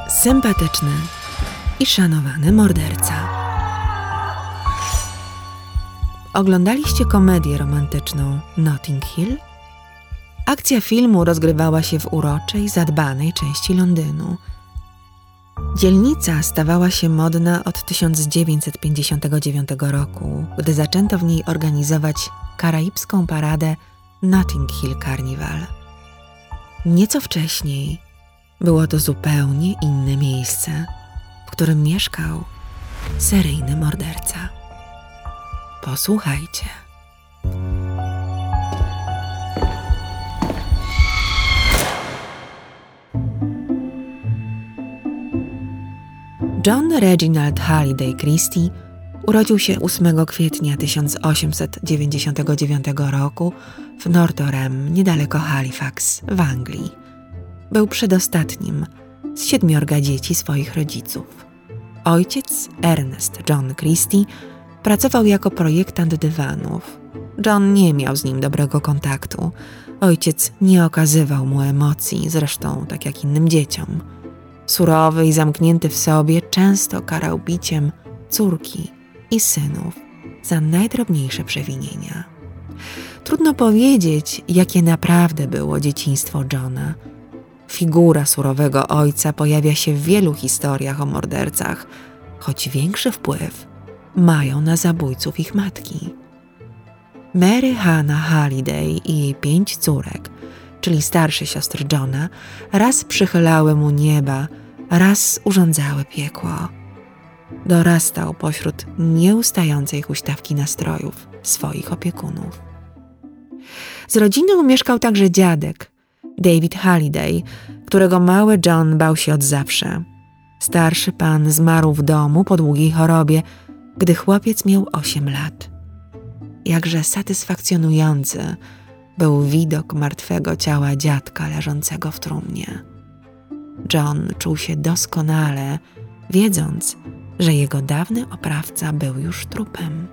sympatyczny i szanowany morderca. Oglądaliście komedię romantyczną Notting Hill? Akcja filmu rozgrywała się w uroczej, zadbanej części Londynu. Dzielnica stawała się modna od 1959 roku, gdy zaczęto w niej organizować karaibską paradę Notting Hill Carnival. Nieco wcześniej było to zupełnie inne miejsce, w którym mieszkał seryjny morderca. Posłuchajcie. John Reginald Halliday Christie urodził się 8 kwietnia 1899 roku w Northorem, niedaleko Halifax w Anglii. Był przedostatnim z 7 dzieci swoich rodziców. Ojciec, Ernest John Christie, pracował jako projektant dywanów. John nie miał z nim dobrego kontaktu. Ojciec nie okazywał mu emocji, zresztą tak jak innym dzieciom. Surowy i zamknięty w sobie, często karał biciem córki i synów za najdrobniejsze przewinienia. Trudno powiedzieć, jakie naprawdę było dzieciństwo Johna. Figura surowego ojca pojawia się w wielu historiach o mordercach, choć większy wpływ mają na zabójców ich matki. Mary Hannah Halliday i jej 5 córek, czyli starsze siostry Johna, raz przychylały mu nieba, raz urządzały piekło. Dorastał pośród nieustającej huśtawki nastrojów swoich opiekunów. Z rodziną mieszkał także dziadek, David Halliday, którego mały John bał się od zawsze. Starszy pan zmarł w domu po długiej chorobie, gdy chłopiec miał 8 lat. Jakże satysfakcjonujący był widok martwego ciała dziadka leżącego w trumnie. John czuł się doskonale, wiedząc, że jego dawny oprawca był już trupem.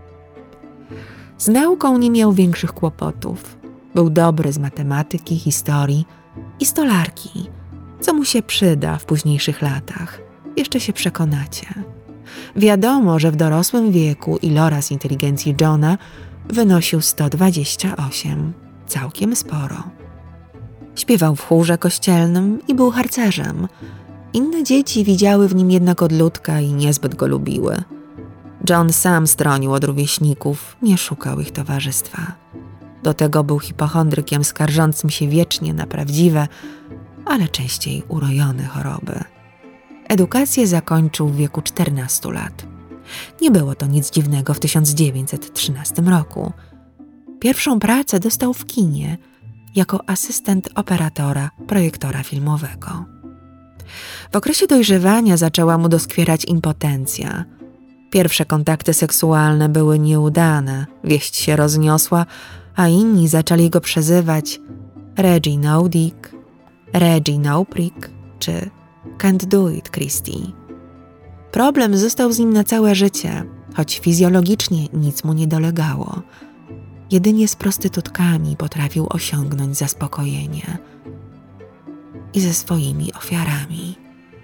Z nauką nie miał większych kłopotów. Był dobry z matematyki, historii i stolarki, co mu się przyda w późniejszych latach. Jeszcze się przekonacie. Wiadomo, że w dorosłym wieku iloraz inteligencji Johna wynosił 128, całkiem sporo. Śpiewał w chórze kościelnym i był harcerzem. Inne dzieci widziały w nim jednak odludka i niezbyt go lubiły. John sam stronił od rówieśników, nie szukał ich towarzystwa. Do tego był hipochondrykiem skarżącym się wiecznie na prawdziwe, ale częściej urojone choroby. Edukację zakończył w wieku 14 lat. Nie było to nic dziwnego w 1913 roku. Pierwszą pracę dostał w kinie jako asystent operatora, projektora filmowego. W okresie dojrzewania zaczęła mu doskwierać impotencja. Pierwsze kontakty seksualne były nieudane, wieść się rozniosła, a inni zaczęli go przezywać Reggie No Dick, Reggie No Prick czy Can't Do It Christie. Problem został z nim na całe życie, choć fizjologicznie nic mu nie dolegało. Jedynie z prostytutkami potrafił osiągnąć zaspokojenie i ze swoimi ofiarami.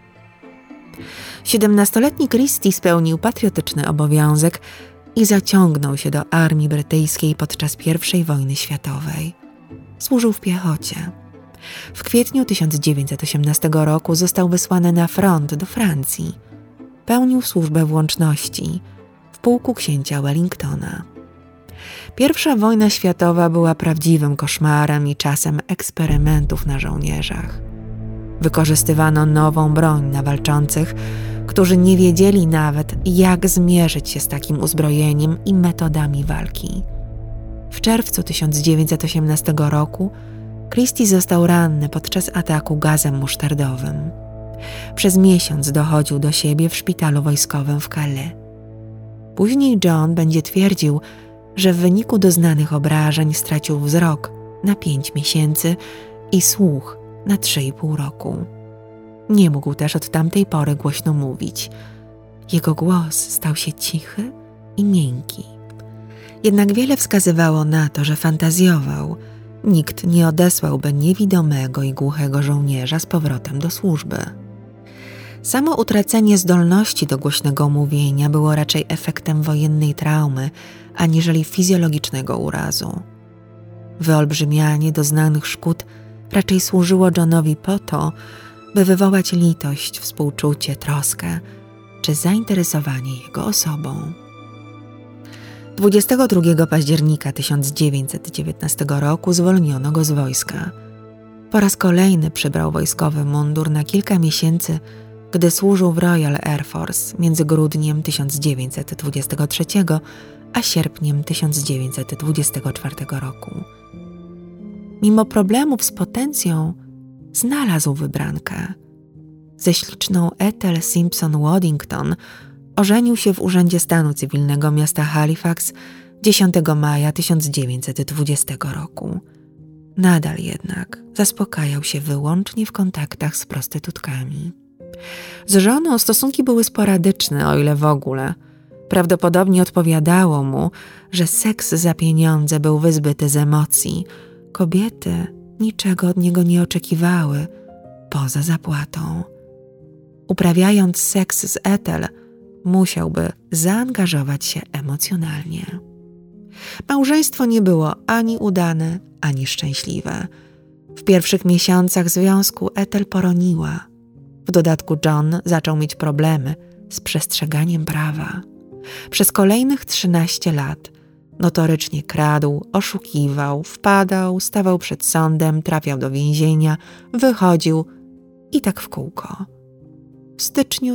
17-letni Christie spełnił patriotyczny obowiązek i zaciągnął się do armii brytyjskiej podczas I wojny światowej. Służył w piechocie. W kwietniu 1918 roku został wysłany na front do Francji. Pełnił służbę w łączności w pułku księcia Wellingtona. I wojna światowa była prawdziwym koszmarem i czasem eksperymentów na żołnierzach. Wykorzystywano nową broń na walczących, którzy nie wiedzieli nawet, jak zmierzyć się z takim uzbrojeniem i metodami walki. W czerwcu 1918 roku Christie został ranny podczas ataku gazem musztardowym. Przez miesiąc dochodził do siebie w szpitalu wojskowym w Calais. Później John będzie twierdził, że w wyniku doznanych obrażeń stracił wzrok na 5 miesięcy i słuch na 3,5 roku. Nie mógł też od tamtej pory głośno mówić. Jego głos stał się cichy i miękki. Jednak wiele wskazywało na to, że fantazjował. Nikt nie odesłałby niewidomego i głuchego żołnierza z powrotem do służby. Samo utracenie zdolności do głośnego mówienia było raczej efektem wojennej traumy, aniżeli fizjologicznego urazu. Wyolbrzymianie doznanych szkód raczej służyło Johnowi po to, by wywołać litość, współczucie, troskę czy zainteresowanie jego osobą. 22 października 1919 roku zwolniono go z wojska. Po raz kolejny przybrał wojskowy mundur na kilka miesięcy, gdy służył w Royal Air Force między grudniem 1923 a sierpniem 1924 roku. Mimo problemów z potencją, znalazł wybrankę. Ze śliczną Ethel Simpson Waddington ożenił się w Urzędzie Stanu Cywilnego miasta Halifax 10 maja 1920 roku. Nadal jednak zaspokajał się wyłącznie w kontaktach z prostytutkami. Z żoną stosunki były sporadyczne, o ile w ogóle. Prawdopodobnie odpowiadało mu, że seks za pieniądze był wyzbyty z emocji. Kobiety niczego od niego nie oczekiwały, poza zapłatą. Uprawiając seks z Ethel, musiałby zaangażować się emocjonalnie. Małżeństwo nie było ani udane, ani szczęśliwe. W pierwszych miesiącach związku Ethel poroniła. W dodatku John zaczął mieć problemy z przestrzeganiem prawa. Przez kolejnych 13 lat notorycznie kradł, oszukiwał, wpadał, stawał przed sądem, trafiał do więzienia, wychodził i tak w kółko. W styczniu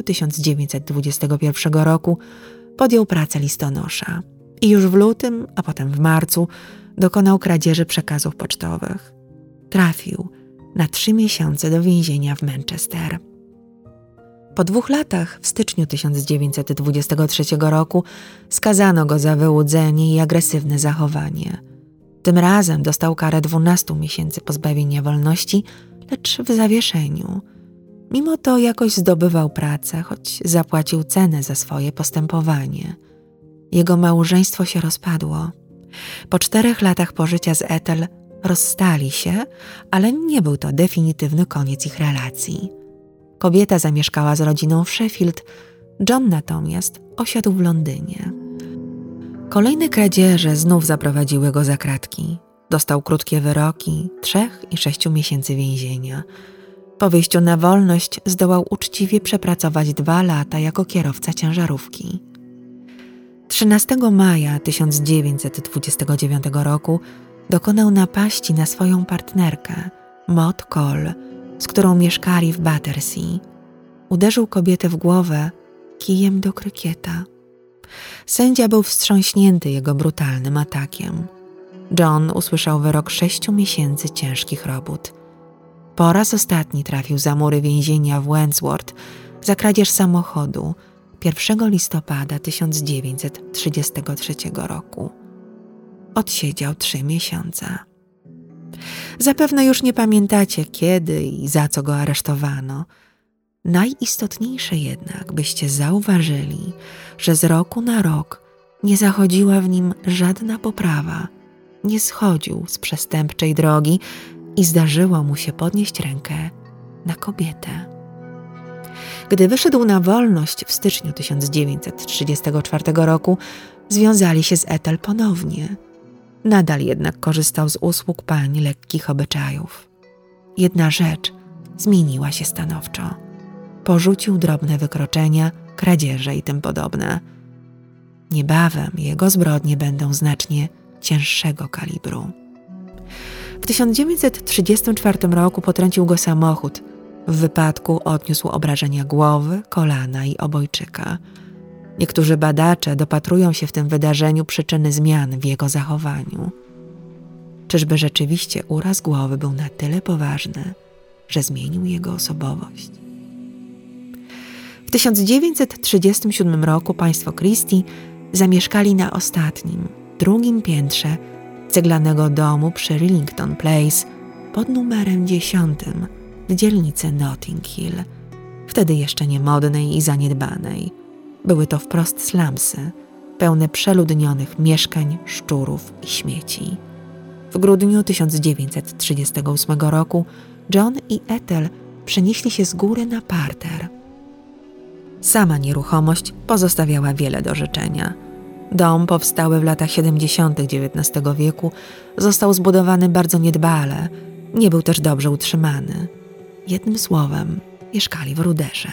1921 roku podjął pracę listonosza i już w lutym, a potem w marcu dokonał kradzieży przekazów pocztowych. Trafił na 3 miesiące do więzienia w Manchester. Po 2 latach, w styczniu 1923 roku, skazano go za wyłudzenie i agresywne zachowanie. Tym razem dostał karę 12 miesięcy pozbawienia wolności, lecz w zawieszeniu. Mimo to jakoś zdobywał pracę, choć zapłacił cenę za swoje postępowanie. Jego małżeństwo się rozpadło. Po 4 latach pożycia z Ethel rozstali się, ale nie był to definitywny koniec ich relacji. Kobieta zamieszkała z rodziną w Sheffield, John natomiast osiadł w Londynie. Kolejne kradzieże znów zaprowadziły go za kratki. Dostał krótkie wyroki 3 i 6 miesięcy więzienia. Po wyjściu na wolność zdołał uczciwie przepracować 2 lata jako kierowca ciężarówki. 13 maja 1929 roku dokonał napaści na swoją partnerkę, Maud Cole, z którą mieszkali w Battersea. Uderzył kobietę w głowę kijem do krykieta. Sędzia był wstrząśnięty jego brutalnym atakiem. John usłyszał wyrok 6 miesięcy ciężkich robót. Po raz ostatni trafił za mury więzienia w Wandsworth za kradzież samochodu 1 listopada 1933 roku. Odsiedział 3 miesiące. Zapewne już nie pamiętacie, kiedy i za co go aresztowano. Najistotniejsze jednak, byście zauważyli, że z roku na rok nie zachodziła w nim żadna poprawa, nie schodził z przestępczej drogi i zdarzyło mu się podnieść rękę na kobietę. Gdy wyszedł na wolność w styczniu 1934 roku, związali się z Ethel ponownie. Nadal jednak korzystał z usług pań lekkich obyczajów. Jedna rzecz zmieniła się stanowczo. Porzucił drobne wykroczenia, kradzieże i tym podobne. Niebawem jego zbrodnie będą znacznie cięższego kalibru. W 1934 roku potrącił go samochód. W wypadku odniósł obrażenia głowy, kolana i obojczyka. Niektórzy badacze dopatrują się w tym wydarzeniu przyczyny zmian w jego zachowaniu. Czyżby rzeczywiście uraz głowy był na tyle poważny, że zmienił jego osobowość? W 1937 roku państwo Christie zamieszkali na ostatnim, 2. piętrze ceglanego domu przy Rillington Place pod numerem 10 w dzielnicy Notting Hill, wtedy jeszcze niemodnej i zaniedbanej. Były to wprost slumsy, pełne przeludnionych mieszkań, szczurów i śmieci. W grudniu 1938 roku John i Ethel przenieśli się z góry na parter. Sama nieruchomość pozostawiała wiele do życzenia. Dom powstały w latach 70. XIX wieku został zbudowany bardzo niedbale, nie był też dobrze utrzymany. Jednym słowem, mieszkali w ruderze.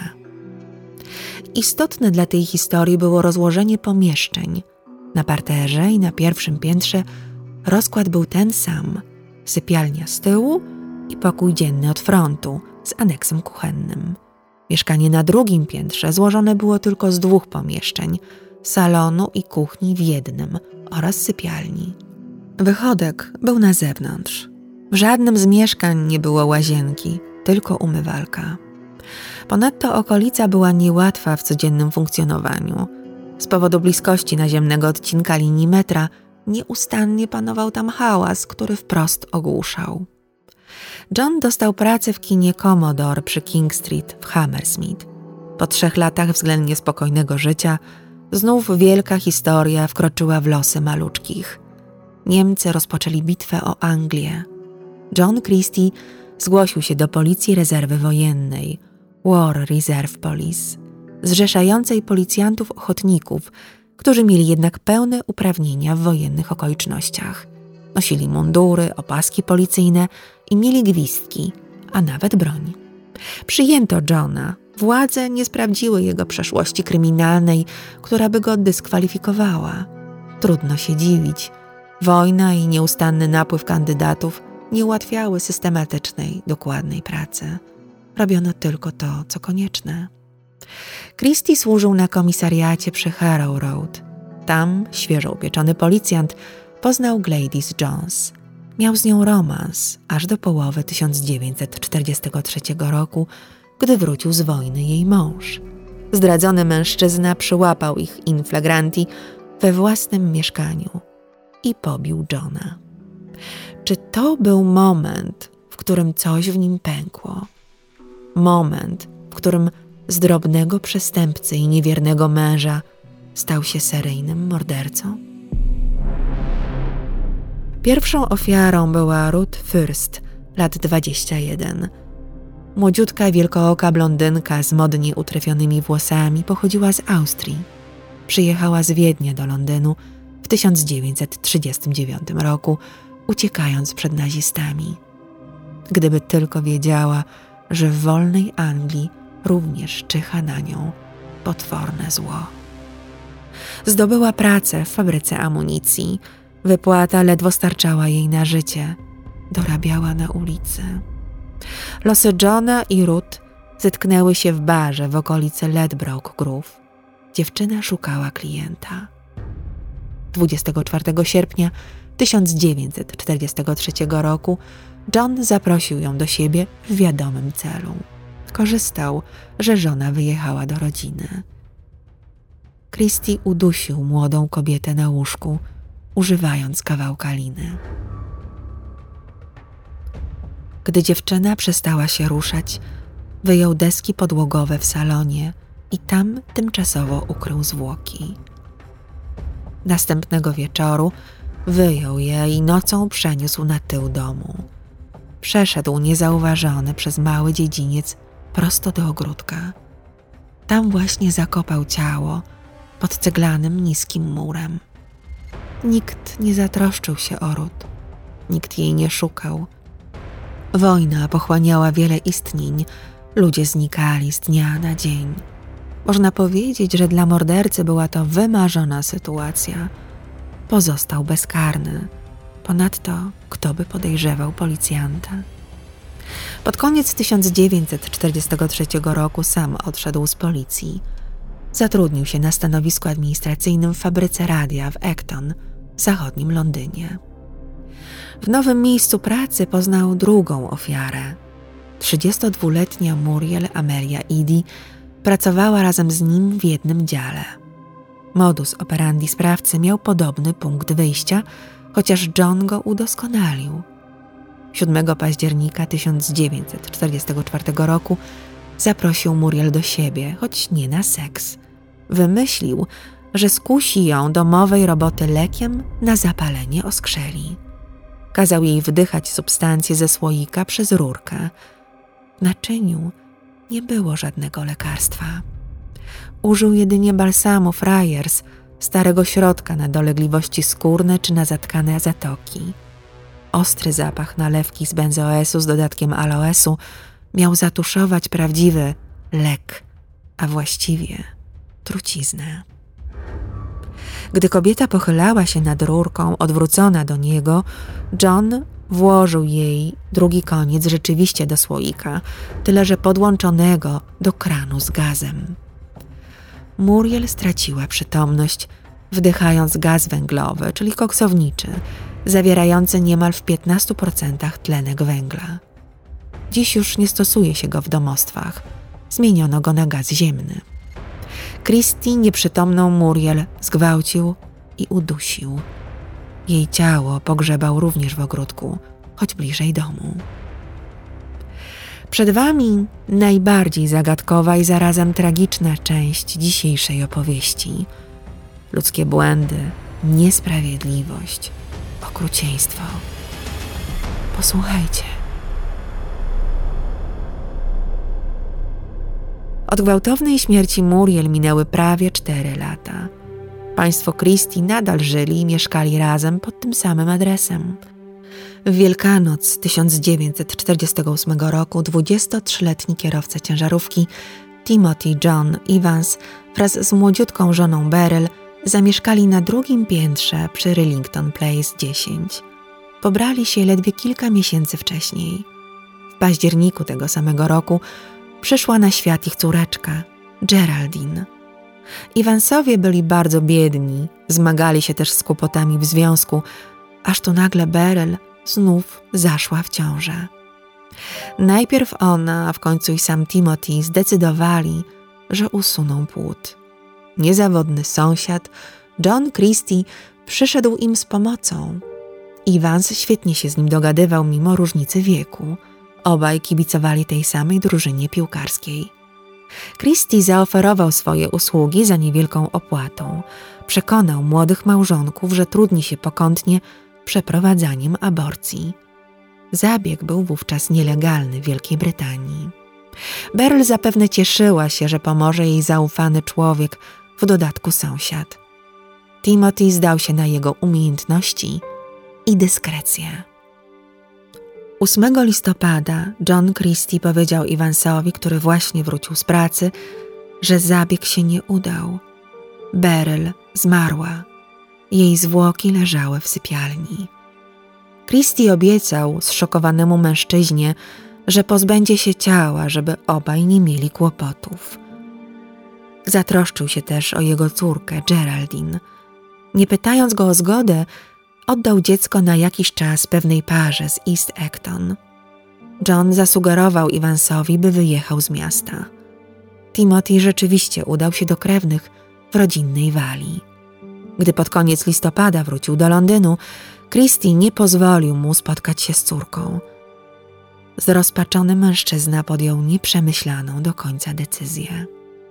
Istotne dla tej historii było rozłożenie pomieszczeń. Na parterze i na pierwszym piętrze rozkład był ten sam. Sypialnia z tyłu i pokój dzienny od frontu z aneksem kuchennym. Mieszkanie na drugim piętrze złożone było tylko z 2 pomieszczeń, salonu i kuchni w jednym oraz sypialni. Wychodek był na zewnątrz. W żadnym z mieszkań nie było łazienki, tylko umywalka. Ponadto okolica była niełatwa w codziennym funkcjonowaniu. Z powodu bliskości naziemnego odcinka linii metra nieustannie panował tam hałas, który wprost ogłuszał. John dostał pracę w kinie Commodore przy King Street w Hammersmith. Po 3 latach względnie spokojnego życia znów wielka historia wkroczyła w losy maluczkich. Niemcy rozpoczęli bitwę o Anglię. John Christie zgłosił się do Policji Rezerwy Wojennej, War Reserve Police, zrzeszającej policjantów ochotników, którzy mieli jednak pełne uprawnienia w wojennych okolicznościach. Nosili mundury, opaski policyjne i mieli gwizdki, a nawet broń. Przyjęto Johna. Władze nie sprawdziły jego przeszłości kryminalnej, która by go dyskwalifikowała. Trudno się dziwić. Wojna i nieustanny napływ kandydatów nie ułatwiały systematycznej, dokładnej pracy. Robiono tylko to, co konieczne. Christie służył na komisariacie przy Harrow Road. Tam świeżo upieczony policjant poznał Gladys Jones. Miał z nią romans aż do połowy 1943 roku, gdy wrócił z wojny jej mąż. Zdradzony mężczyzna przyłapał ich in flagranti we własnym mieszkaniu i pobił Johna. Czy to był moment, w którym coś w nim pękło? Moment, w którym z drobnego przestępcy i niewiernego męża stał się seryjnym mordercą? Pierwszą ofiarą była Ruth First, lat 21. Młodziutka, wielkooka blondynka z modnie utrefionymi włosami pochodziła z Austrii. Przyjechała z Wiednia do Londynu w 1939 roku, uciekając przed nazistami. Gdyby tylko wiedziała, że w wolnej Anglii również czyha na nią potworne zło. Zdobyła pracę w fabryce amunicji. Wypłata ledwo starczała jej na życie. Dorabiała na ulicy. Losy Johna i Ruth zetknęły się w barze w okolicy Ladbroke Grove. Dziewczyna szukała klienta. 24 sierpnia 1943 roku John zaprosił ją do siebie w wiadomym celu. Korzystał, że żona wyjechała do rodziny. Christie udusił młodą kobietę na łóżku, używając kawałka liny. Gdy dziewczyna przestała się ruszać, wyjął deski podłogowe w salonie i tam tymczasowo ukrył zwłoki. Następnego wieczoru wyjął je i nocą przeniósł na tył domu. Przeszedł niezauważony przez mały dziedziniec prosto do ogródka. Tam właśnie zakopał ciało pod ceglanym, niskim murem. Nikt nie zatroszczył się o Ruth. Nikt jej nie szukał. Wojna pochłaniała wiele istnień. Ludzie znikali z dnia na dzień. Można powiedzieć, że dla mordercy była to wymarzona sytuacja. Pozostał bezkarny. Ponadto, kto by podejrzewał policjanta? Pod koniec 1943 roku sam odszedł z policji. Zatrudnił się na stanowisku administracyjnym w fabryce radia w Acton, w zachodnim Londynie. W nowym miejscu pracy poznał drugą ofiarę. 32-letnia Muriel Amelia Eddy pracowała razem z nim w jednym dziale. Modus operandi sprawcy miał podobny punkt wyjścia, chociaż John go udoskonalił. 7 października 1944 roku zaprosił Muriel do siebie, choć nie na seks. Wymyślił, że skusi ją domowej roboty lekiem na zapalenie oskrzeli. Kazał jej wdychać substancję ze słoika przez rurkę. W naczyniu nie było żadnego lekarstwa. Użył jedynie balsamu Friars, starego środka na dolegliwości skórne czy na zatkane zatoki. Ostry zapach nalewki z benzoesu z dodatkiem aloesu miał zatuszować prawdziwy lek, a właściwie truciznę. Gdy kobieta pochylała się nad rurką odwrócona do niego, John włożył jej drugi koniec rzeczywiście do słoika, tyle że podłączonego do kranu z gazem. Muriel straciła przytomność, wdychając gaz węglowy, czyli koksowniczy, zawierający niemal w 15% tlenek węgla. Dziś już nie stosuje się go w domostwach. Zmieniono go na gaz ziemny. Christie nieprzytomną Muriel zgwałcił i udusił. Jej ciało pogrzebał również w ogródku, choć bliżej domu. Przed wami najbardziej zagadkowa i zarazem tragiczna część dzisiejszej opowieści. Ludzkie błędy, niesprawiedliwość, okrucieństwo. Posłuchajcie. Od gwałtownej śmierci Muriel minęły prawie 4 lata. Państwo Christie nadal żyli i mieszkali razem pod tym samym adresem. W Wielkanoc 1948 roku 23-letni kierowca ciężarówki Timothy John Evans wraz z młodziutką żoną Beryl zamieszkali na drugim piętrze przy Rillington Place 10. Pobrali się ledwie kilka miesięcy wcześniej. W październiku tego samego roku przyszła na świat ich córeczka, Geraldine. Evansowie byli bardzo biedni, zmagali się też z kłopotami w związku, aż tu nagle Beryl znów zaszła w ciążę. Najpierw ona, a w końcu i sam Timothy zdecydowali, że usuną płód. Niezawodny sąsiad, John Christie, przyszedł im z pomocą. Evans świetnie się z nim dogadywał mimo różnicy wieku. Obaj kibicowali tej samej drużynie piłkarskiej. Christie zaoferował swoje usługi za niewielką opłatą. Przekonał młodych małżonków, że trudni się pokątnie przeprowadzaniem aborcji. Zabieg był wówczas nielegalny w Wielkiej Brytanii. Beryl zapewne cieszyła się, że pomoże jej zaufany człowiek, w dodatku sąsiad. Timothy zdał się na jego umiejętności i dyskrecję. 8 listopada John Christie powiedział Evansowi, który właśnie wrócił z pracy, że zabieg się nie udał. Beryl zmarła. Jej zwłoki leżały w sypialni. Christie obiecał zszokowanemu mężczyźnie, że pozbędzie się ciała, żeby obaj nie mieli kłopotów. Zatroszczył się też o jego córkę Geraldine. Nie pytając go o zgodę, oddał dziecko na jakiś czas pewnej parze z East Acton. John zasugerował Evansowi, by wyjechał z miasta. Timothy rzeczywiście udał się do krewnych w rodzinnej Walii. Gdy pod koniec listopada wrócił do Londynu, Christie nie pozwolił mu spotkać się z córką. Zrozpaczony mężczyzna podjął nieprzemyślaną do końca decyzję.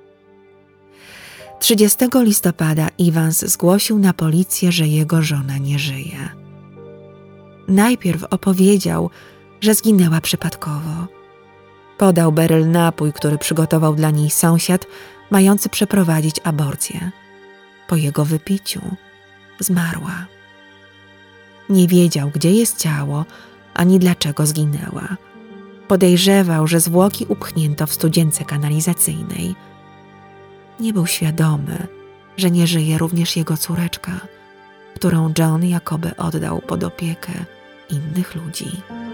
30 listopada Evans zgłosił na policję, że jego żona nie żyje. Najpierw opowiedział, że zginęła przypadkowo. Podał Beryl napój, który przygotował dla niej sąsiad, mający przeprowadzić aborcję. Po jego wypiciu zmarła. Nie wiedział, gdzie jest ciało, ani dlaczego zginęła. Podejrzewał, że zwłoki upchnięto w studzience kanalizacyjnej. Nie był świadomy, że nie żyje również jego córeczka, którą John jakoby oddał pod opiekę innych ludzi.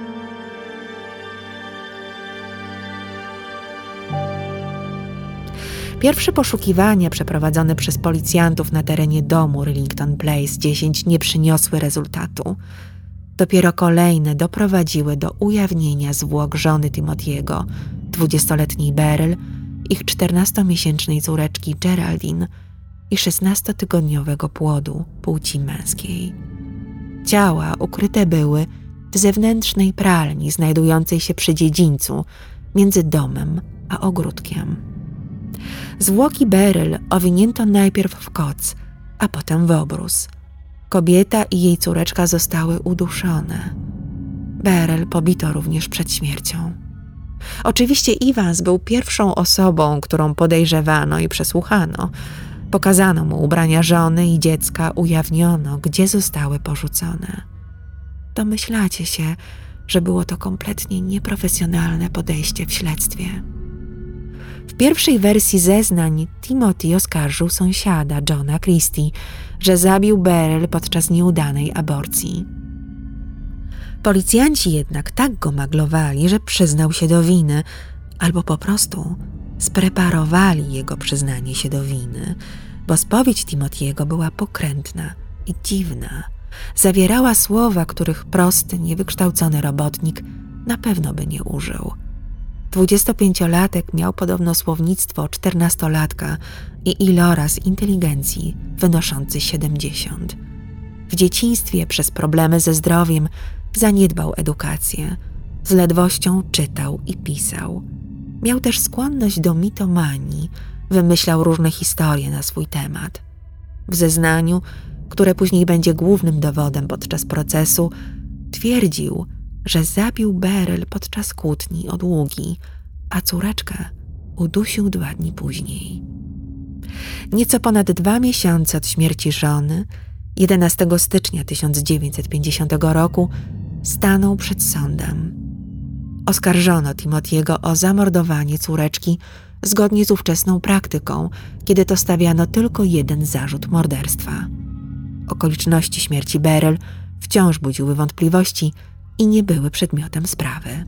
Pierwsze poszukiwania przeprowadzone przez policjantów na terenie domu Rillington Place 10 nie przyniosły rezultatu. Dopiero kolejne doprowadziły do ujawnienia zwłok żony Timothy'ego, 20-letniej Beryl, ich 14-miesięcznej córeczki Geraldine i 16-tygodniowego płodu płci męskiej. Ciała ukryte były w zewnętrznej pralni znajdującej się przy dziedzińcu między domem a ogródkiem. Zwłoki Beryl owinięto najpierw w koc, a potem w obrus. Kobieta i jej córeczka zostały uduszone. Beryl pobito również przed śmiercią. Oczywiście Evans był pierwszą osobą, którą podejrzewano i przesłuchano. Pokazano mu ubrania żony i dziecka, ujawniono, gdzie zostały porzucone. Domyślacie się, że było to kompletnie nieprofesjonalne podejście w śledztwie. W pierwszej wersji zeznań Timothy oskarżył sąsiada Johna Christie, że zabił Beryl podczas nieudanej aborcji. Policjanci jednak tak go maglowali, że przyznał się do winy, albo po prostu spreparowali jego przyznanie się do winy, bo spowiedź Timothy'ego była pokrętna i dziwna. Zawierała słowa, których prosty, niewykształcony robotnik na pewno by nie użył. 25-latek miał podobno słownictwo 14-latka i iloraz inteligencji wynoszący 70. W dzieciństwie przez problemy ze zdrowiem zaniedbał edukację. Z ledwością czytał i pisał. Miał też skłonność do mitomanii, wymyślał różne historie na swój temat. W zeznaniu, które później będzie głównym dowodem podczas procesu, twierdził, że zabił Beryl podczas kłótni o długi, a córeczkę udusił 2 dni później. Nieco ponad 2 miesiące od śmierci żony, 11 stycznia 1950 roku, stanął przed sądem. Oskarżono Timothy'ego o zamordowanie córeczki zgodnie z ówczesną praktyką, kiedy to stawiano tylko jeden zarzut morderstwa. Okoliczności śmierci Beryl wciąż budziły wątpliwości i nie były przedmiotem sprawy.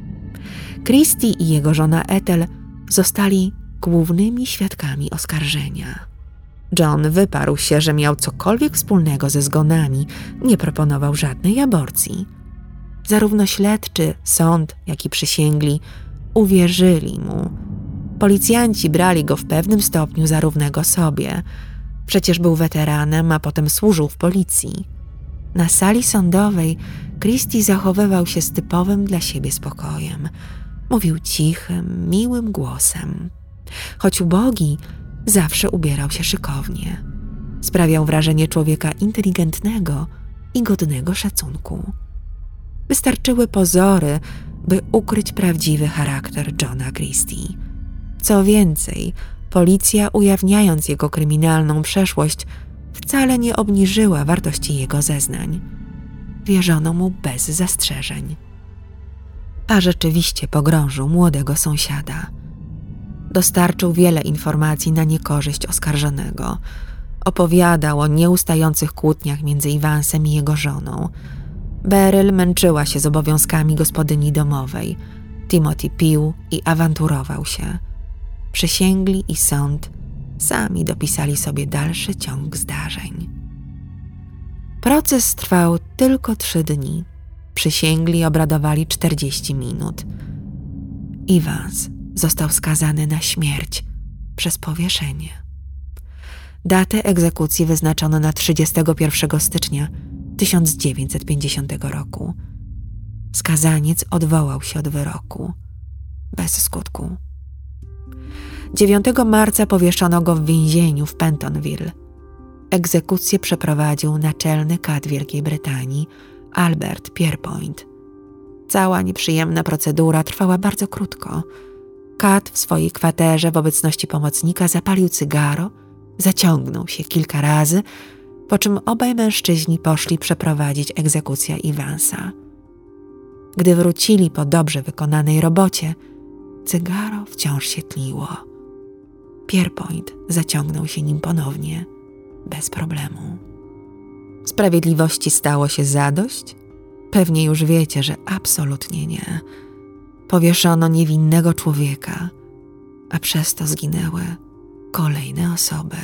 Christie i jego żona Ethel zostali głównymi świadkami oskarżenia. John wyparł się, że miał cokolwiek wspólnego ze zgonami, nie proponował żadnej aborcji. Zarówno śledczy, sąd, jak i przysięgli uwierzyli mu. Policjanci brali go w pewnym stopniu za równego sobie. Przecież był weteranem, a potem służył w policji. Na sali sądowej Christie zachowywał się z typowym dla siebie spokojem. Mówił cichym, miłym głosem. Choć ubogi, zawsze ubierał się szykownie. Sprawiał wrażenie człowieka inteligentnego i godnego szacunku. Wystarczyły pozory, by ukryć prawdziwy charakter Johna Christie. Co więcej, policja, ujawniając jego kryminalną przeszłość, wcale nie obniżyła wartości jego zeznań. Wierzono mu bez zastrzeżeń. A rzeczywiście pogrążył młodego sąsiada. Dostarczył wiele informacji na niekorzyść oskarżonego. Opowiadał o nieustających kłótniach między Evansem i jego żoną. Beryl męczyła się z obowiązkami gospodyni domowej. Timothy pił i awanturował się. Przysięgli i sąd sami dopisali sobie dalszy ciąg zdarzeń. Proces trwał tylko 3 dni. Przysięgli obradowali 40 minut. Evans został skazany na śmierć przez powieszenie. Datę egzekucji wyznaczono na 31 stycznia 1950 roku. Skazaniec odwołał się od wyroku. Bez skutku. 9 marca powieszono go w więzieniu w Pentonville. Egzekucję przeprowadził naczelny kat Wielkiej Brytanii Albert Pierpoint. Cała nieprzyjemna procedura trwała bardzo krótko. Kat w swojej kwaterze w obecności pomocnika zapalił cygaro, zaciągnął się kilka razy, po czym obaj mężczyźni poszli przeprowadzić egzekucję Evansa. Gdy wrócili po dobrze wykonanej robocie, cygaro wciąż się tliło. Pierpoint zaciągnął się nim ponownie, bez problemu. Sprawiedliwości stało się zadość? Pewnie już wiecie, że absolutnie nie. Powieszono niewinnego człowieka, a przez to zginęły kolejne osoby.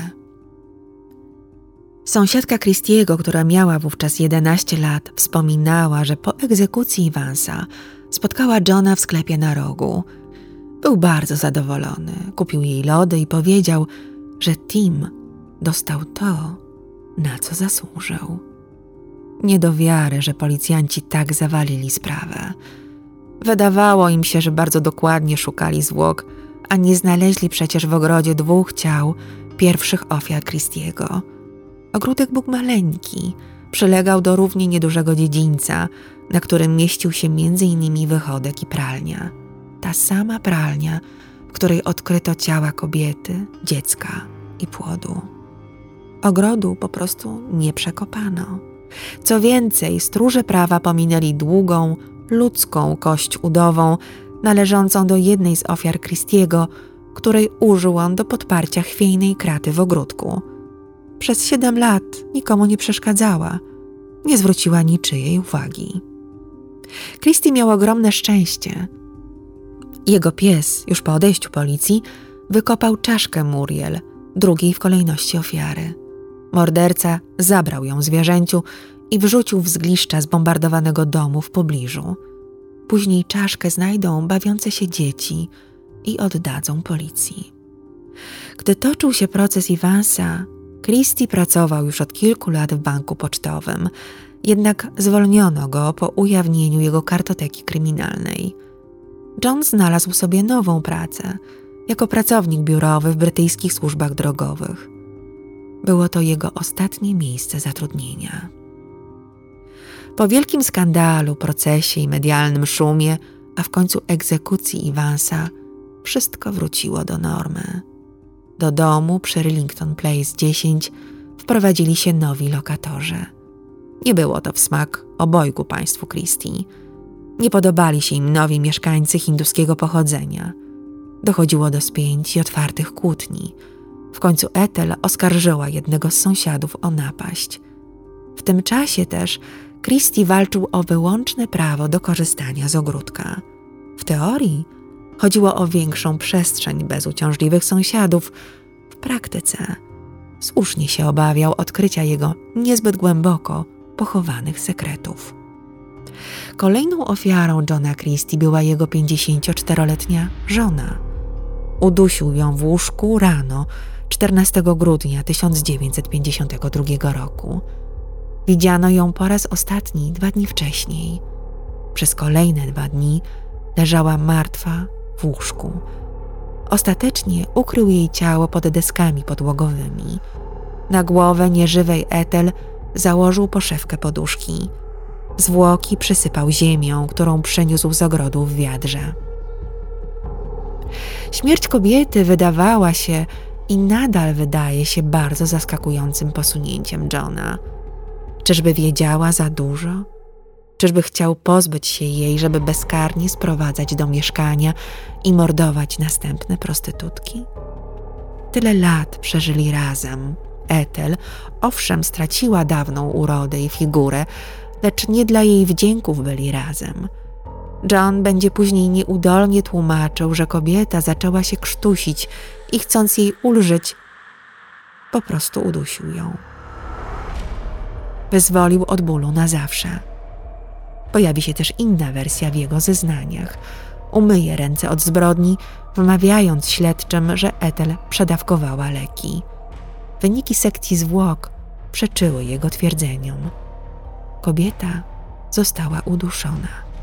Sąsiadka Christiego, która miała wówczas 11 lat, wspominała, że po egzekucji Evansa spotkała Johna w sklepie na rogu. Był bardzo zadowolony, kupił jej lody i powiedział, że Tim dostał to, na co zasłużył. Nie do wiary, że policjanci tak zawalili sprawę. Wydawało im się, że bardzo dokładnie szukali zwłok, a nie znaleźli przecież w ogrodzie 2 ciał pierwszych ofiar Christiego. Ogródek był maleńki, przylegał do równie niedużego dziedzińca, na którym mieścił się m.in. wychodek i pralnia. ta sama pralnia, w której odkryto ciała kobiety, dziecka i płodu. Ogrodu po prostu nie przekopano. Co więcej, stróże prawa pominęli długą, ludzką kość udową należącą do jednej z ofiar Christiego, której użył on do podparcia chwiejnej kraty w ogródku. Przez 7 lat nikomu nie przeszkadzała, nie zwróciła niczyjej uwagi. Christie miał ogromne szczęście. Jego pies, już po odejściu policji, wykopał czaszkę Muriel, drugiej w kolejności ofiary. Morderca zabrał ją zwierzęciu i wrzucił w zgliszcza zbombardowanego domu w pobliżu. Później czaszkę znajdą bawiące się dzieci i oddadzą policji. Gdy toczył się proces Evansa, Christie pracował już od kilku lat w banku pocztowym, jednak zwolniono go po ujawnieniu jego kartoteki kryminalnej. John znalazł sobie nową pracę jako pracownik biurowy w brytyjskich służbach drogowych. Było to jego ostatnie miejsce zatrudnienia. Po wielkim skandalu, procesie i medialnym szumie, a w końcu egzekucji Evansa, wszystko wróciło do normy. Do domu przy Rillington Place 10 wprowadzili się nowi lokatorzy. Nie było to w smak obojgu państwu Christie. Nie podobali się im nowi mieszkańcy hinduskiego pochodzenia. Dochodziło do spięć i otwartych kłótni. W końcu Ethel oskarżyła jednego z sąsiadów o napaść. W tym czasie też Christie walczył o wyłączne prawo do korzystania z ogródka. W teorii chodziło o większą przestrzeń bez uciążliwych sąsiadów. W praktyce słusznie się obawiał odkrycia jego niezbyt głęboko pochowanych sekretów. Kolejną ofiarą Johna Christie była jego 54-letnia żona. Udusił ją w łóżku rano 14 grudnia 1952 roku. Widziano ją po raz ostatni 2 dni wcześniej. Przez kolejne 2 dni leżała martwa w łóżku. Ostatecznie ukrył jej ciało pod deskami podłogowymi. Na głowę nieżywej Ethel założył poszewkę poduszki. Zwłoki przysypał ziemią, którą przeniósł z ogrodu w wiadrze. Śmierć kobiety wydawała się i nadal wydaje się bardzo zaskakującym posunięciem Johna. Czyżby wiedziała za dużo? Czyżby chciał pozbyć się jej, żeby bezkarnie sprowadzać do mieszkania i mordować następne prostytutki? Tyle lat przeżyli razem. Ethel, owszem, straciła dawną urodę i figurę, lecz nie dla jej wdzięków byli razem. John będzie później nieudolnie tłumaczył, że kobieta zaczęła się krztusić i chcąc jej ulżyć, po prostu udusił ją. Wyzwolił od bólu na zawsze. Pojawi się też inna wersja w jego zeznaniach. Umyje ręce od zbrodni, wmawiając śledczym, że Ethel przedawkowała leki. Wyniki sekcji zwłok przeczyły jego twierdzeniom. Kobieta została uduszona.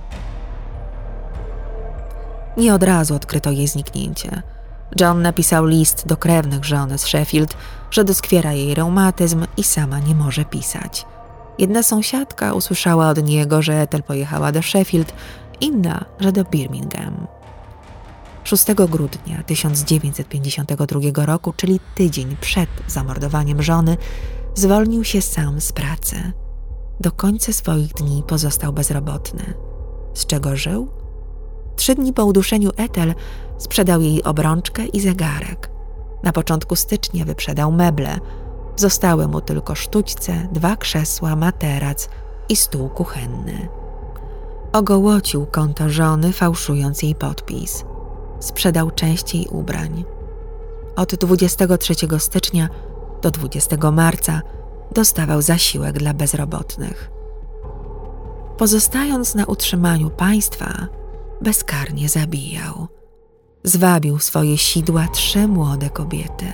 Nie od razu odkryto jej zniknięcie. John napisał list do krewnych żony z Sheffield, że doskwiera jej reumatyzm i sama nie może pisać. Jedna sąsiadka usłyszała od niego, że Ethel pojechała do Sheffield, inna, że do Birmingham. 6 grudnia 1952 roku, czyli tydzień przed zamordowaniem żony, zwolnił się sam z pracy. Do końca swoich dni pozostał bezrobotny. Z czego żył? 3 dni po uduszeniu Ethel sprzedał jej obrączkę i zegarek. Na początku stycznia wyprzedał meble. Zostały mu tylko sztućce, 2 krzesła, materac i stół kuchenny. Ogołocił konto żony, fałszując jej podpis. Sprzedał część jej ubrań. Od 23 stycznia do 20 marca dostawał zasiłek dla bezrobotnych. Pozostając na utrzymaniu państwa, bezkarnie zabijał. Zwabił w swoje sidła 3 młode kobiety.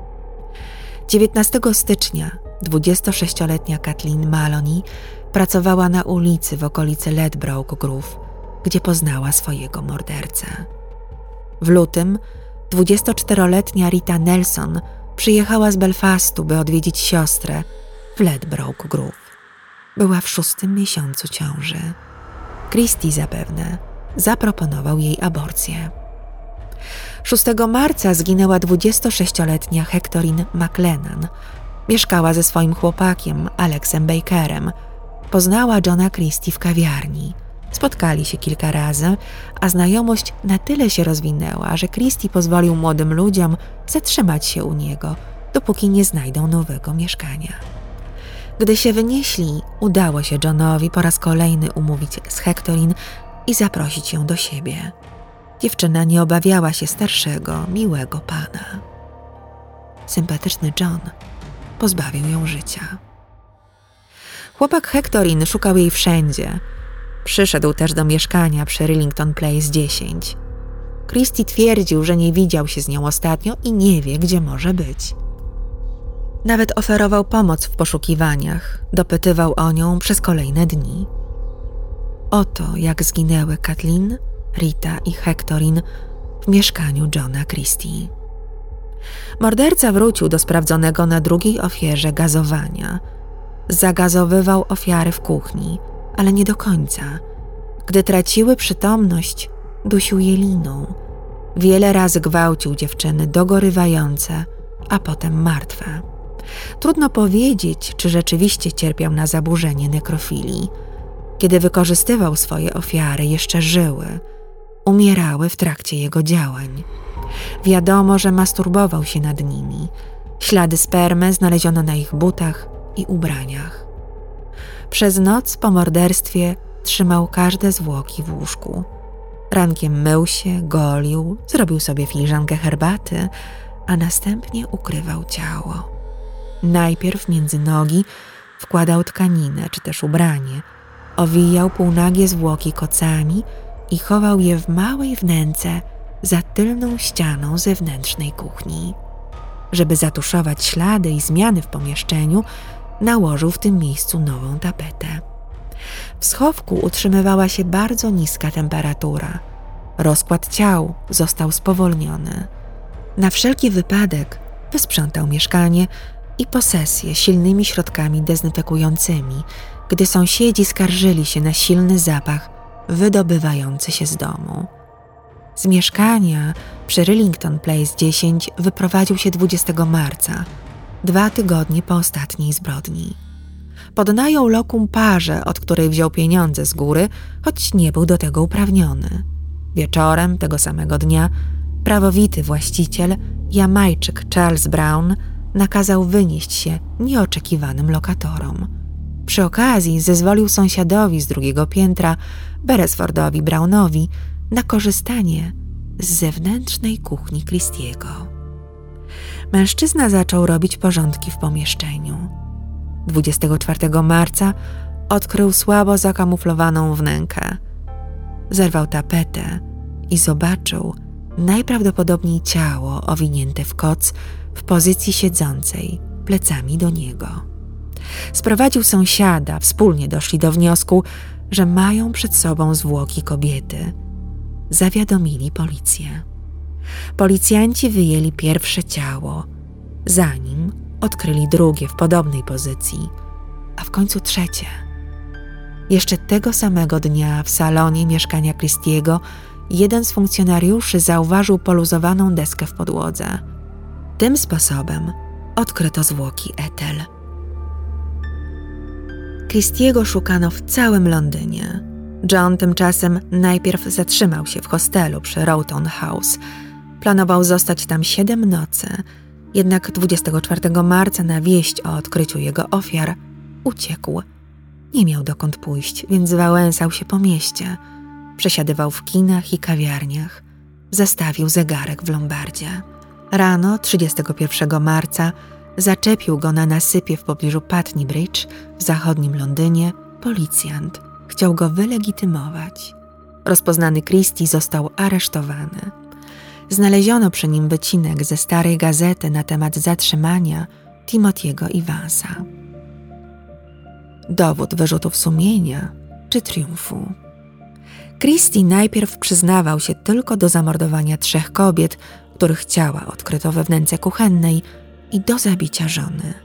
19 stycznia 26-letnia Kathleen Maloney pracowała na ulicy w okolicy Ladbroke Grove, gdzie poznała swojego mordercę. W lutym 24-letnia Rita Nelson przyjechała z Belfastu, by odwiedzić siostrę w Ladbroke Grove. Była w 6. miesiącu ciąży. Christie zapewne zaproponował jej aborcję. 6 marca zginęła 26-letnia Hectorine McLennan. Mieszkała ze swoim chłopakiem, Alexem Bakerem. Poznała Johna Christie w kawiarni. Spotkali się kilka razy, a znajomość na tyle się rozwinęła, że Christie pozwolił młodym ludziom zatrzymać się u niego, dopóki nie znajdą nowego mieszkania. Gdy się wynieśli, udało się Johnowi po raz kolejny umówić z Hectorine i zaprosić ją do siebie. Dziewczyna nie obawiała się starszego, miłego pana. Sympatyczny John pozbawił ją życia. Chłopak Hectorine szukał jej wszędzie. Przyszedł też do mieszkania przy Rillington Place 10. Christie twierdził, że nie widział się z nią ostatnio i nie wie, gdzie może być. Nawet oferował pomoc w poszukiwaniach, dopytywał o nią przez kolejne dni. Oto jak zginęły Kathleen, Rita i Hectorine w mieszkaniu Johna Christie. Morderca wrócił do sprawdzonego na drugiej ofierze gazowania. Zagazowywał ofiary w kuchni, ale nie do końca. Gdy traciły przytomność, dusił je liną. Wiele razy gwałcił dziewczyny dogorywające, a potem martwe. Trudno powiedzieć, czy rzeczywiście cierpiał na zaburzenie nekrofilii. Kiedy wykorzystywał swoje ofiary, jeszcze żyły. Umierały w trakcie jego działań. Wiadomo, że masturbował się nad nimi. Ślady spermy znaleziono na ich butach i ubraniach. Przez noc po morderstwie trzymał każde zwłoki w łóżku. Rankiem mył się, golił, zrobił sobie filiżankę herbaty, a następnie ukrywał ciało. Najpierw między nogi wkładał tkaninę czy też ubranie, owijał półnagie zwłoki kocami i chował je w małej wnęce za tylną ścianą zewnętrznej kuchni. Żeby zatuszować ślady i zmiany w pomieszczeniu, nałożył w tym miejscu nową tapetę. W schowku utrzymywała się bardzo niska temperatura. Rozkład ciał został spowolniony. Na wszelki wypadek wysprzątał mieszkanie i posesję silnymi środkami dezynfekującymi, gdy sąsiedzi skarżyli się na silny zapach wydobywający się z domu. Z mieszkania przy Rillington Place 10 wyprowadził się 20 marca, 2 tygodnie po ostatniej zbrodni. Podnajął lokum parze, od której wziął pieniądze z góry, choć nie był do tego uprawniony. Wieczorem tego samego dnia prawowity właściciel, Jamajczyk Charles Brown, nakazał wynieść się nieoczekiwanym lokatorom. Przy okazji zezwolił sąsiadowi z drugiego piętra, Beresfordowi Brownowi, na korzystanie z zewnętrznej kuchni Christiego. Mężczyzna zaczął robić porządki w pomieszczeniu. 24 marca odkrył słabo zakamuflowaną wnękę. Zerwał tapetę i zobaczył najprawdopodobniej ciało owinięte w koc w pozycji siedzącej, plecami do niego. Sprowadził sąsiada, wspólnie doszli do wniosku, że mają przed sobą zwłoki kobiety. Zawiadomili policję. Policjanci wyjęli pierwsze ciało, zanim odkryli drugie w podobnej pozycji, a w końcu trzecie. Jeszcze tego samego dnia w salonie mieszkania Christiego jeden z funkcjonariuszy zauważył poluzowaną deskę w podłodze. Tym sposobem odkryto zwłoki Ethel. Christiego szukano w całym Londynie. John tymczasem najpierw zatrzymał się w hostelu przy Rowton House. Planował zostać tam 7 nocy, jednak 24 marca na wieść o odkryciu jego ofiar uciekł. Nie miał dokąd pójść, więc wałęsał się po mieście. Przesiadywał w kinach i kawiarniach. Zastawił zegarek w lombardzie. Rano 31 marca zaczepił go na nasypie w pobliżu Putney Bridge w zachodnim Londynie policjant. Chciał go wylegitymować. Rozpoznany Christie został aresztowany. Znaleziono przy nim wycinek ze starej gazety na temat zatrzymania Timothy'ego Evansa. Dowód wyrzutów sumienia czy triumfu? Christie najpierw przyznawał się tylko do zamordowania 3 kobiet, których ciała odkryto we wnęce kuchennej, i do zabicia żony.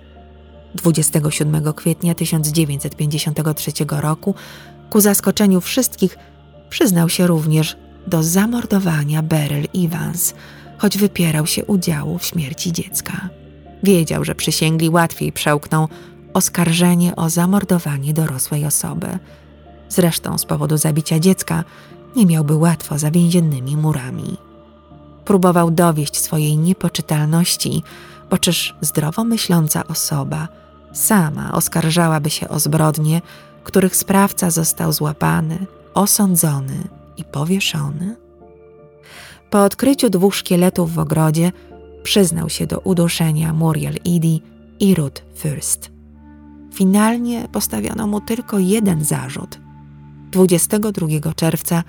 27 kwietnia 1953 roku, ku zaskoczeniu wszystkich, Przyznał się również do zamordowania Beryl Evans, choć wypierał się udziału w śmierci dziecka. Wiedział, że przysięgli łatwiej przełkną oskarżenie o zamordowanie dorosłej osoby. Zresztą z powodu zabicia dziecka nie miałby łatwo za więziennymi murami. Próbował dowieść swojej niepoczytalności, bo czyż zdrowo myśląca osoba sama oskarżałaby się o zbrodnie, których sprawca został złapany, osądzony i powieszony? Po odkryciu 2 szkieletów w ogrodzie przyznał się do uduszenia Muriel Eddy i Ruth First. Finalnie postawiono mu tylko jeden zarzut. 22 czerwca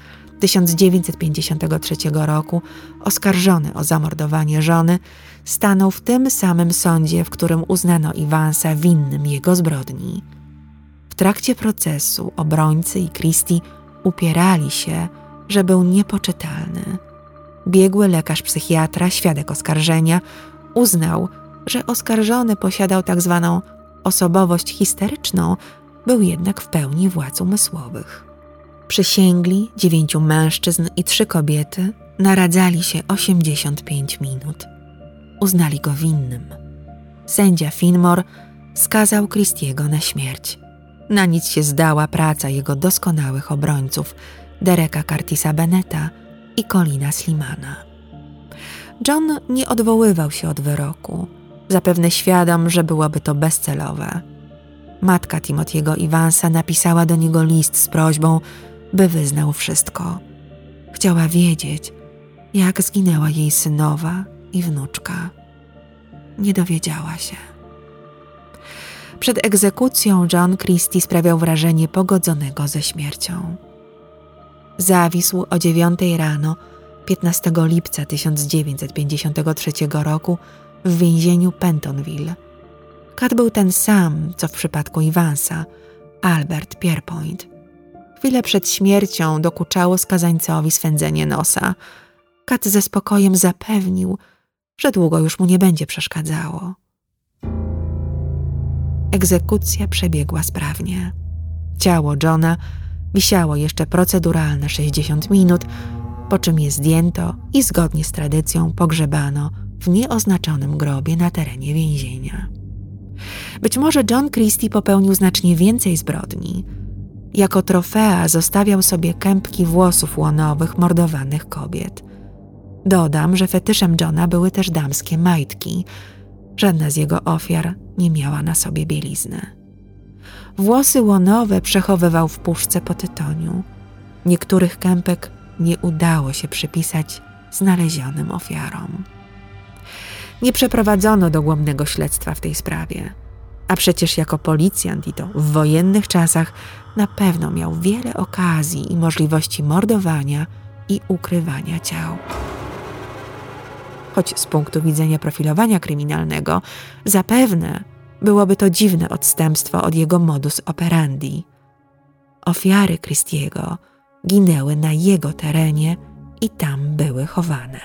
1953 roku oskarżony o zamordowanie żony stanął w tym samym sądzie, w którym uznano Evansa winnym jego zbrodni. W trakcie procesu obrońcy i Christie upierali się, że był niepoczytalny. Biegły lekarz psychiatra, świadek oskarżenia, uznał, że oskarżony posiadał tzw. osobowość histeryczną, był jednak w pełni władz umysłowych. Przysięgli 9 mężczyzn i 3 kobiety naradzali się 85 minut. Uznali go winnym. Sędzia Finmore skazał Christiego na śmierć. Na nic się zdała praca jego doskonałych obrońców Dereka Curtisa Bennetta i Colina Slimana. John nie odwoływał się od wyroku, zapewne świadom, że byłoby to bezcelowe. Matka Timothy'ego Evansa napisała do niego list z prośbą, by wyznał wszystko. Chciała wiedzieć, jak zginęła jej synowa i wnuczka. Nie dowiedziała się. Przed egzekucją John Christie sprawiał wrażenie pogodzonego ze śmiercią. Zawisł o 9 rano 15 lipca 1953 roku w więzieniu Pentonville. Kat był ten sam, co w przypadku Evansa, Albert Pierpoint. Chwilę przed śmiercią dokuczało skazańcowi swędzenie nosa. Kat ze spokojem zapewnił, że długo już mu nie będzie przeszkadzało. Egzekucja przebiegła sprawnie. Ciało Johna wisiało jeszcze proceduralne 60 minut, po czym je zdjęto i zgodnie z tradycją pogrzebano w nieoznaczonym grobie na terenie więzienia. Być może John Christie popełnił znacznie więcej zbrodni. Jako trofea zostawiał sobie kępki włosów łonowych mordowanych kobiet. Dodam, że fetyszem Johna były też damskie majtki. Żadna z jego ofiar nie miała na sobie bielizny. Włosy łonowe przechowywał w puszce po tytoniu. Niektórych kępek nie udało się przypisać znalezionym ofiarom. Nie przeprowadzono dogłębnego śledztwa w tej sprawie. A przecież jako policjant i to w wojennych czasach na pewno miał wiele okazji i możliwości mordowania i ukrywania ciał. Choć z punktu widzenia profilowania kryminalnego zapewne byłoby to dziwne odstępstwo od jego modus operandi. Ofiary Christiego ginęły na jego terenie i tam były chowane.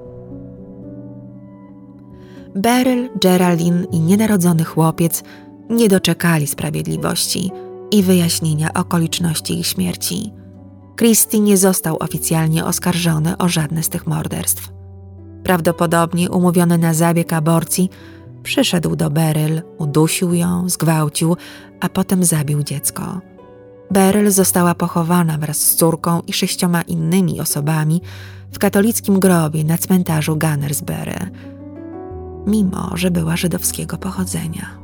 Beryl, Geraldine i nienarodzony chłopiec nie doczekali sprawiedliwości i wyjaśnienia okoliczności ich śmierci. Christie nie został oficjalnie oskarżony o żadne z tych morderstw. Prawdopodobnie umówiony na zabieg aborcji przyszedł do Beryl, udusił ją, zgwałcił, a potem zabił dziecko. Beryl została pochowana wraz z córką i 6 innymi osobami w katolickim grobie na cmentarzu Gunnersbury, mimo że była żydowskiego pochodzenia.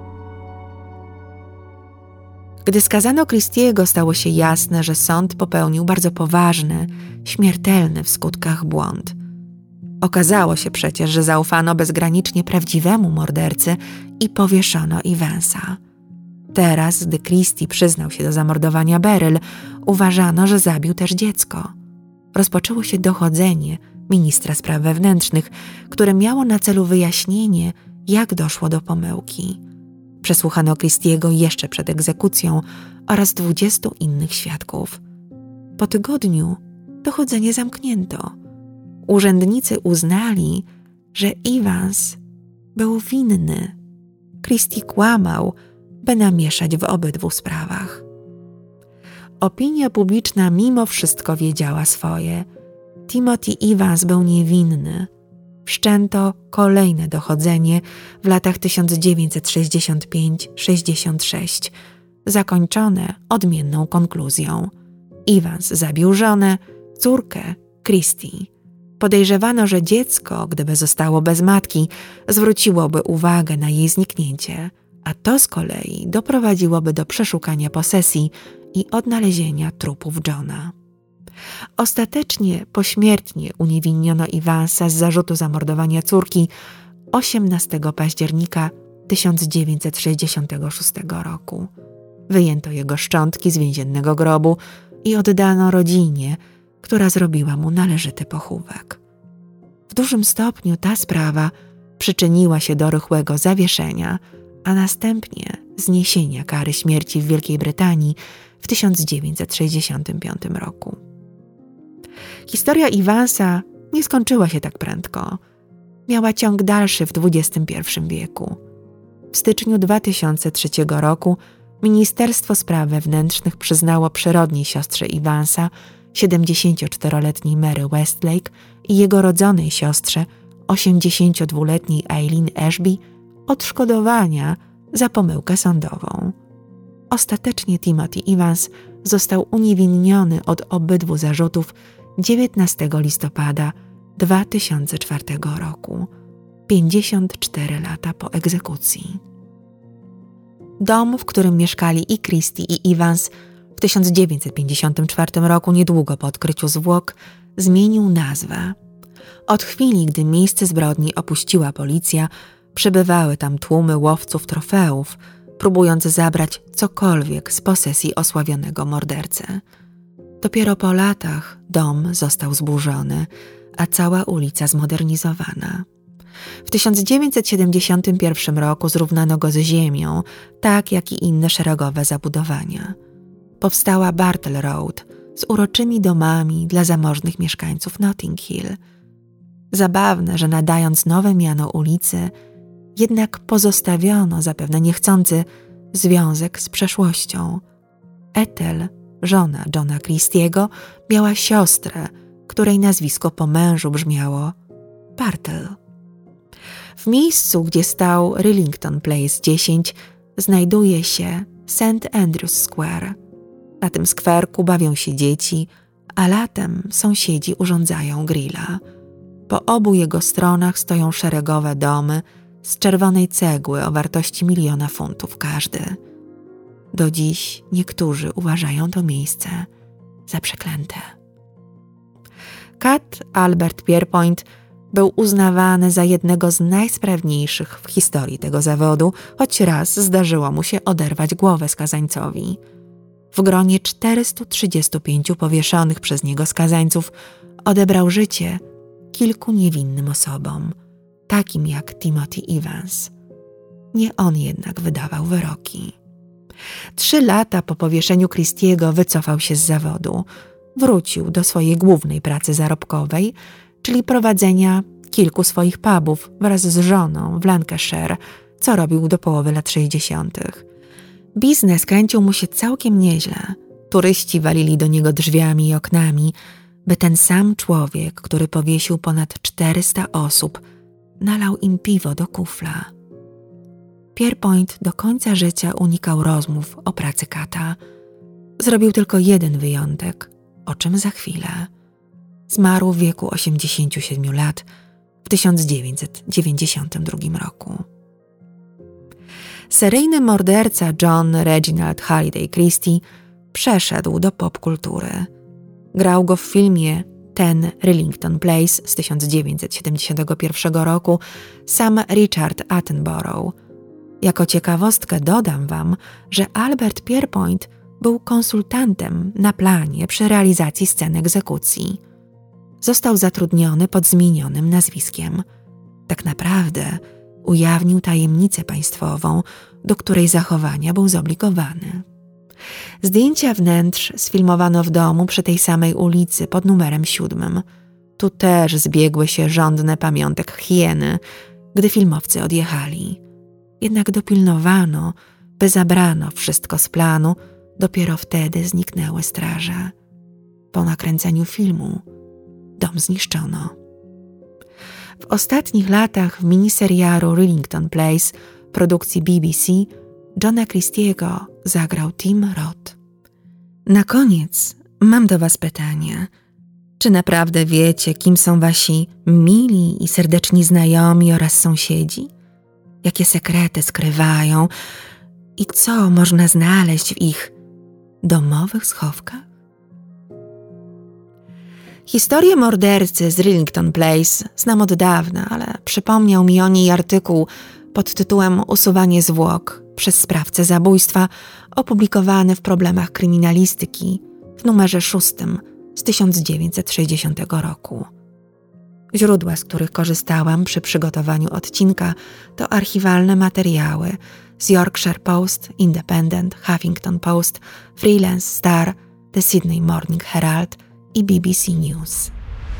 Gdy skazano Christiego, stało się jasne, że sąd popełnił bardzo poważny, śmiertelny w skutkach błąd. Okazało się przecież, że zaufano bezgranicznie prawdziwemu mordercy i powieszono Evansa. Teraz, gdy Christie przyznał się do zamordowania Beryl, uważano, że zabił też dziecko. Rozpoczęło się dochodzenie ministra spraw wewnętrznych, które miało na celu wyjaśnienie, jak doszło do pomyłki. Przesłuchano Christiego jeszcze przed egzekucją oraz 20 innych świadków. Po tygodniu dochodzenie zamknięto. Urzędnicy uznali, że Evans był winny. Christie kłamał, by namieszać w obydwu sprawach. Opinia publiczna mimo wszystko wiedziała swoje. Timothy Evans był niewinny. Wszczęto kolejne dochodzenie w latach 1965–66, zakończone odmienną konkluzją. Evans zabił żonę, córkę, Christie. Podejrzewano, że dziecko, gdyby zostało bez matki, zwróciłoby uwagę na jej zniknięcie, a to z kolei doprowadziłoby do przeszukania posesji i odnalezienia trupów Johna. Ostatecznie pośmiertnie uniewinniono Evansa z zarzutu zamordowania córki 18 października 1966 roku. Wyjęto jego szczątki z więziennego grobu i oddano rodzinie, która zrobiła mu należyty pochówek. W dużym stopniu ta sprawa przyczyniła się do rychłego zawieszenia, a następnie zniesienia kary śmierci w Wielkiej Brytanii w 1965 roku. Historia Evansa nie skończyła się tak prędko. Miała ciąg dalszy w XXI wieku. W styczniu 2003 roku Ministerstwo Spraw Wewnętrznych przyznało przyrodniej siostrze Evansa, 74-letniej Mary Westlake, i jego rodzonej siostrze, 82-letniej Eileen Ashby, odszkodowania za pomyłkę sądową. Ostatecznie Timothy Evans został uniewinniony od obydwu zarzutów 19 listopada 2004 roku, 54 lata po egzekucji. Dom, w którym mieszkali i Christie, i Evans, w 1954 roku, niedługo po odkryciu zwłok, zmienił nazwę. Od chwili, gdy miejsce zbrodni opuściła policja, przybywały tam tłumy łowców trofeów, próbując zabrać cokolwiek z posesji osławionego mordercy. Dopiero po latach dom został zburzony, a cała ulica zmodernizowana. W 1971 roku zrównano go z ziemią, tak jak i inne szeregowe zabudowania. Powstała Bartle Road z uroczymi domami dla zamożnych mieszkańców Notting Hill. Zabawne, że nadając nowe miano ulicy, jednak pozostawiono, zapewne niechcący, związek z przeszłością. Ethel, żona Johna Christiego, miała siostrę, której nazwisko po mężu brzmiało Bartle. W miejscu, gdzie stał Rillington Place 10, znajduje się St. Andrew's Square. Na tym skwerku bawią się dzieci, a latem sąsiedzi urządzają grilla. Po obu jego stronach stoją szeregowe domy z czerwonej cegły o wartości 1 000 000 funtów każdy. Do dziś niektórzy uważają to miejsce za przeklęte. Kat Albert Pierpoint był uznawany za jednego z najsprawniejszych w historii tego zawodu, choć raz zdarzyło mu się oderwać głowę skazańcowi. W gronie 435 powieszonych przez niego skazańców odebrał życie kilku niewinnym osobom, takim jak Timothy Evans. Nie on jednak wydawał wyroki. 3 lata po powieszeniu Christiego wycofał się z zawodu. Wrócił do swojej głównej pracy zarobkowej, czyli prowadzenia kilku swoich pubów wraz z żoną w Lancashire, co robił do połowy lat 60. Biznes kręcił mu się całkiem nieźle. Turyści walili do niego drzwiami i oknami, by ten sam człowiek, który powiesił ponad 400 osób, nalał im piwo do kufla. Pierpoint do końca życia unikał rozmów o pracy Kata. Zrobił tylko jeden wyjątek, o czym za chwilę. Zmarł w wieku 87 lat w 1992 roku. Seryjny morderca John Reginald Halliday Christie przeszedł do popkultury. Grał go w filmie Ten Rillington Place z 1971 roku sam Richard Attenborough. Jako ciekawostkę dodam wam, że Albert Pierpoint był konsultantem na planie przy realizacji sceny egzekucji. Został zatrudniony pod zmienionym nazwiskiem. Tak naprawdę ujawnił tajemnicę państwową, do której zachowania był zobligowany. Zdjęcia wnętrz sfilmowano w domu przy tej samej ulicy pod numerem 7. Tu też zbiegły się żądne pamiątek hieny, gdy filmowcy odjechali. Jednak dopilnowano, by zabrano wszystko z planu Dopiero wtedy zniknęły straże. Po nakręceniu filmu dom zniszczono. W ostatnich latach w miniserialu Rillington Place produkcji BBC Johna Christiego zagrał Tim Roth. Na koniec mam do Was pytanie. Czy naprawdę wiecie, kim są Wasi mili i serdeczni znajomi oraz sąsiedzi? Jakie sekrety skrywają i co można znaleźć w ich domowych schowkach? Historię mordercy z Rillington Place znam od dawna, ale przypomniał mi o niej artykuł pod tytułem Usuwanie zwłok przez sprawcę zabójstwa, opublikowany w Problemach kryminalistyki w numerze 6 z 1960 roku. Źródła, z których korzystałam przy przygotowaniu odcinka, to archiwalne materiały z Yorkshire Post, Independent, Huffington Post, Freelance Star, The Sydney Morning Herald i BBC News.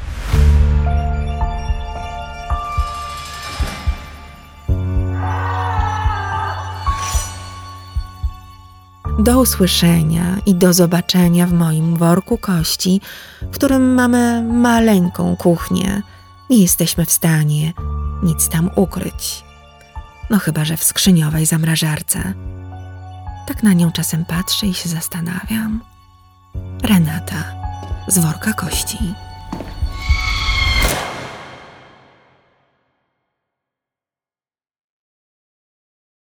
Do usłyszenia i do zobaczenia w moim worku kości, w którym mamy maleńką kuchnię. Nie jesteśmy w stanie nic tam ukryć. No chyba że w skrzyniowej zamrażarce. Tak na nią czasem patrzę i się zastanawiam. Renata z worka kości.